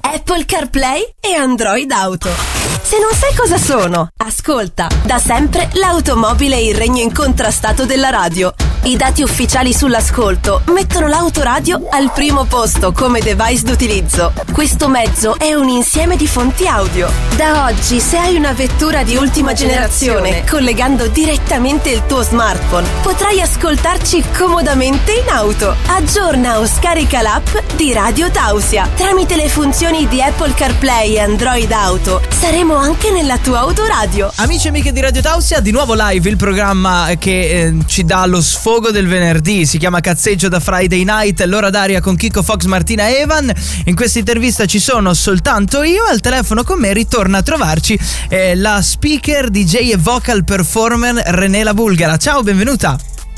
Apple CarPlay e Android Auto. Se non sai cosa sono, ascolta. Da sempre l'automobile è il regno incontrastato della radio. I dati ufficiali sull'ascolto mettono l'autoradio al primo posto come device d'utilizzo. Questo mezzo è un insieme di fonti audio. Da oggi, se hai una vettura di ultima generazione, collegando direttamente il tuo smartphone, potrai ascoltarci comodamente in auto. Aggiorna o scarica l'app di Radio Tausia. Tramite le funzioni di Apple CarPlay e Android Auto, saremo anche nella tua autoradio. Amici e amiche di Radio Tausia, di nuovo live il programma che ci dà lo sfogo del venerdì. Si chiama Cazzeggio da Friday Night, l'ora d'aria con Chicco, Fox, Martina e Evan. In questa intervista ci sono soltanto io. Al telefono con me ritorna a trovarci la speaker, DJ e vocal performer René La Bulgara. Ciao, benvenuta.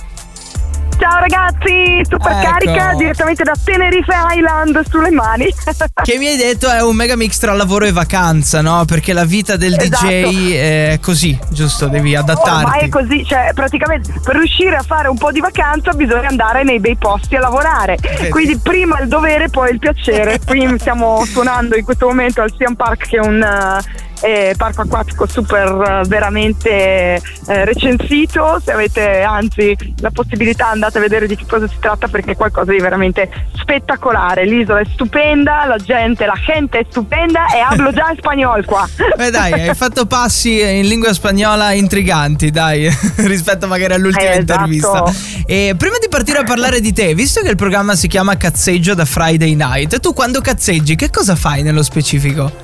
Ciao ragazzi, super carica direttamente da Tenerife Island sulle mani. Che mi hai detto è un mega mix tra lavoro e vacanza, no? Perché la vita del DJ è così, giusto? Devi adattarti. Ormai è così, cioè praticamente per riuscire a fare un po' di vacanza bisogna andare nei bei posti a lavorare. Quindi prima il dovere, poi il piacere. Qui stiamo suonando in questo momento al Siam Park, che è un parco acquatico super veramente recensito. Se avete anzi la possibilità, andate a vedere di che cosa si tratta, perché è qualcosa di veramente spettacolare. L'isola è stupenda, la gente è stupenda e hablo già in spagnolo qua. Beh dai, hai fatto passi in lingua spagnola intriganti, dai, rispetto magari all'ultima intervista. E prima di partire a parlare di te, visto che il programma si chiama Cazzeggio da Friday Night, tu quando cazzeggi che cosa fai nello specifico?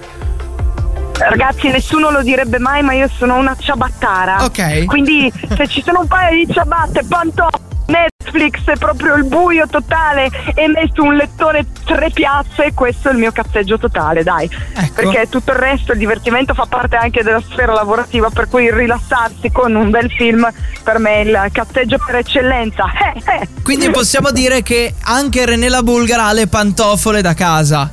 Ragazzi, nessuno lo direbbe mai, ma io sono una ciabattara. Ok. Quindi se ci sono un paio di ciabatte, pantofole, Netflix, è proprio il buio totale e messo un lettone 3 piazze, questo è il mio cazzeggio totale, dai. Ecco. Perché tutto il resto, il divertimento fa parte anche della sfera lavorativa, per cui rilassarsi con un bel film per me è il cazzeggio per eccellenza. Quindi possiamo dire che anche René La Bulgara ha le pantofole da casa.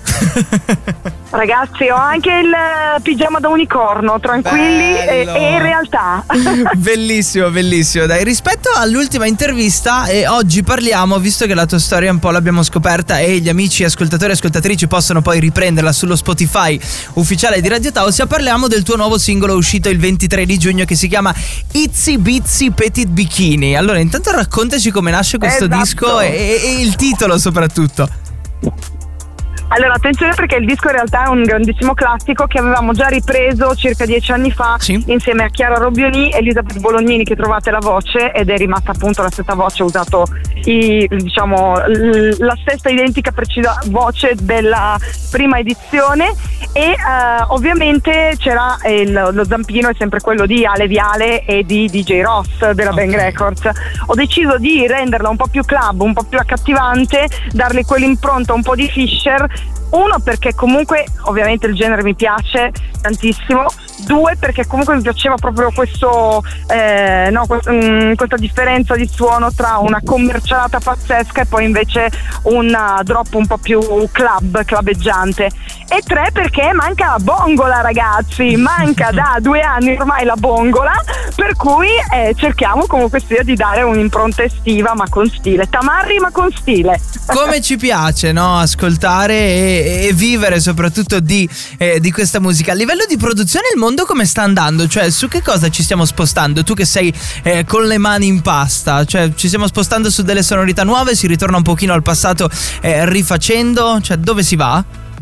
Ragazzi, ho anche il pigiama da unicorno, tranquilli e in realtà. Bellissimo, bellissimo. Dai, rispetto all'ultima intervista, oggi parliamo, visto che la tua storia un po' l'abbiamo scoperta e gli amici ascoltatori e ascoltatrici possono poi riprenderla sullo Spotify ufficiale di Radio Tausia, parliamo del tuo nuovo singolo uscito il 23 di giugno che si chiama Itsy Bitsy Petit Bikini. Allora, intanto raccontaci come nasce questo disco e il titolo soprattutto. Allora, attenzione, perché il disco in realtà è un grandissimo classico che avevamo già ripreso circa 10 anni fa, insieme a Chiara Robioni e Elisabeth Bolognini, che trovate la voce, ed è rimasta appunto la stessa voce, ho usato la stessa identica precisa voce della prima edizione e ovviamente c'era lo zampino è sempre quello di Ale Viale e di DJ Ross della Bang Records. Ho deciso di renderla un po' più club, un po' più accattivante, darle quell'impronta un po' di Fisher. Uno, perché comunque ovviamente il genere mi piace tantissimo. Due, perché comunque mi piaceva proprio questa differenza di suono tra una commercialata pazzesca e poi invece un drop un po' più clubeggiante. E tre, perché manca la bongola, ragazzi, manca da 2 anni ormai la bongola, per cui cerchiamo comunque sia di dare un'impronta estiva ma con stile, tamarri ma con stile. Come ci piace, no? Ascoltare e vivere soprattutto di questa musica. A livello di produzione il mondo come sta andando? Cioè, su che cosa ci stiamo spostando? Tu che sei con le mani in pasta, cioè ci stiamo spostando su delle sonorità nuove, si ritorna un pochino al passato rifacendo, cioè dove si va?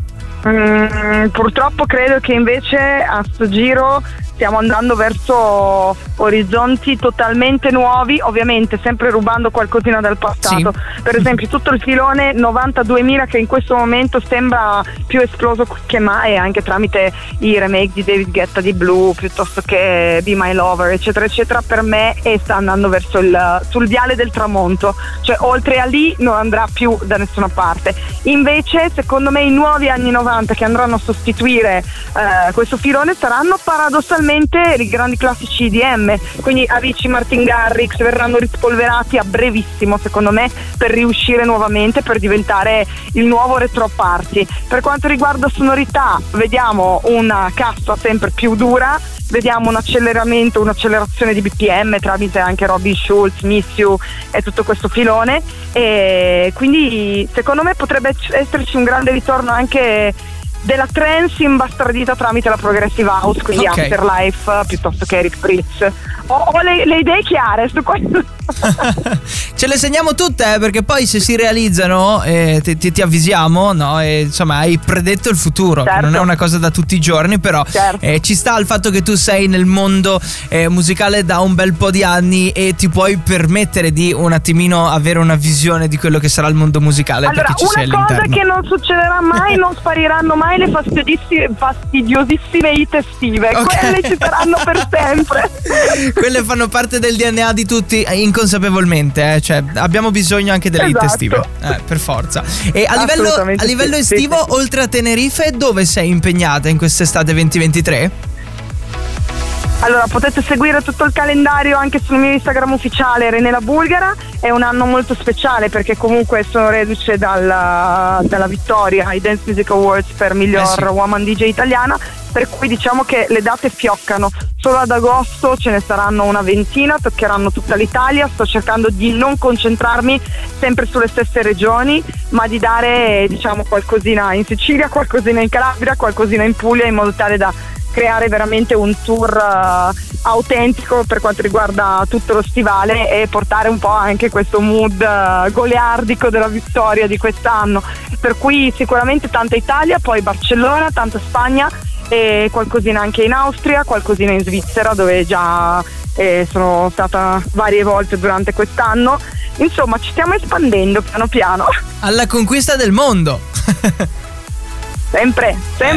Purtroppo credo che invece a sto giro stiamo andando verso orizzonti totalmente nuovi, ovviamente sempre rubando qualcosina dal passato. Per esempio tutto il filone 92.000 che in questo momento sembra più esploso che mai, anche tramite i remake di David Guetta di Blue piuttosto che Be My Lover eccetera eccetera, per me sta andando verso sul viale del tramonto, cioè oltre a lì non andrà più da nessuna parte. Invece secondo me i nuovi anni 90 che andranno a sostituire questo filone saranno paradossalmente i grandi classici EDM, quindi Avicii, Martin Garrix verranno rispolverati a brevissimo secondo me per riuscire nuovamente, per diventare il nuovo retro party. Per quanto riguarda sonorità vediamo una cassa sempre più dura, vediamo un'accelerazione di BPM tramite anche Robin Schulz, Miss You e tutto questo filone, e quindi secondo me potrebbe esserci un grande ritorno anche della trance imbastardita tramite la progressive house, quindi Afterlife piuttosto che Eric Prydz. Ho le idee chiare su quello. Ce le segniamo tutte, perché poi se si realizzano ti avvisiamo, no? E, insomma, hai predetto il futuro, certo. Non è una cosa da tutti i giorni, però certo. Ci sta il fatto che tu sei nel mondo musicale da un bel po' di anni e ti puoi permettere di un attimino avere una visione di quello che sarà il mondo musicale. Allora, perché ci sei una cosa all'interno. che non succederà mai, non spariranno mai le fastidiosissime hit estive. Quelle ci saranno per sempre. Quelle fanno parte del DNA di tutti inconsapevolmente, cioè abbiamo bisogno anche delle hit estive, per forza. E a livello estivo, sì. oltre a Tenerife, dove sei impegnata in quest'estate 2023? Allora, potete seguire tutto il calendario anche sul mio Instagram ufficiale, Renela Bulgara. È un anno molto speciale perché comunque sono reduce dalla vittoria ai Dance Music Awards per miglior woman DJ italiana, per cui diciamo che le date fioccano. Solo ad agosto ce ne saranno una ventina, toccheranno tutta l'Italia. Sto cercando di non concentrarmi sempre sulle stesse regioni, ma di dare, diciamo, qualcosina in Sicilia, qualcosina in Calabria, qualcosina in Puglia, in modo tale da creare veramente un tour autentico per quanto riguarda tutto lo stivale e portare un po' anche questo mood goliardico della vittoria di quest'anno. Per cui sicuramente tanta Italia, poi Barcellona, tanta Spagna e qualcosina anche in Austria, qualcosina in Svizzera, dove già sono stata varie volte durante quest'anno. Insomma, ci stiamo espandendo piano piano. Alla conquista del mondo. Sempre.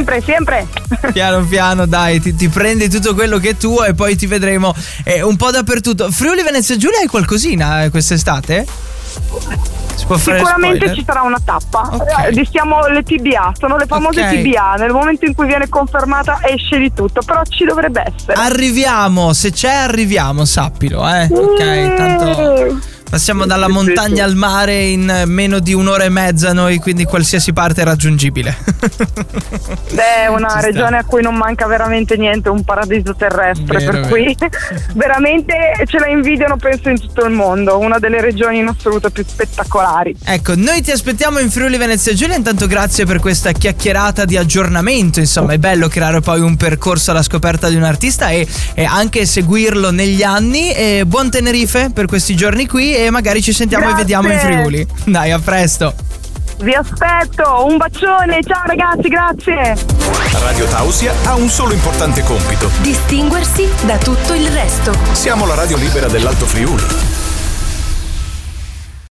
Piano piano, dai, ti prendi tutto quello che è tuo e poi ti vedremo un po' dappertutto. Friuli Venezia Giulia hai qualcosina quest'estate? Sicuramente ci sarà una tappa. Stiamo le TBA, sono le famose TBA. Nel momento in cui viene confermata esce di tutto, però ci dovrebbe essere. Arriviamo, se c'è arriviamo, sappilo, ok, tanto passiamo dalla montagna al mare in meno di un'ora e mezza noi, quindi qualsiasi parte è raggiungibile. È una regione a cui non manca veramente niente, un paradiso terrestre, per cui veramente ce la invidiano penso in tutto il mondo, una delle regioni in assoluto più spettacolari. Ecco, noi ti aspettiamo in Friuli Venezia Giulia. Intanto grazie per questa chiacchierata di aggiornamento, insomma è bello creare poi un percorso alla scoperta di un artista e anche seguirlo negli anni. E buon Tenerife per questi giorni qui e magari ci sentiamo e vediamo in Friuli. Dai, a presto. Vi aspetto, un bacione, ciao ragazzi, grazie. Radio Tausia ha un solo importante compito: distinguersi da tutto il resto. Siamo la radio libera dell'Alto Friuli.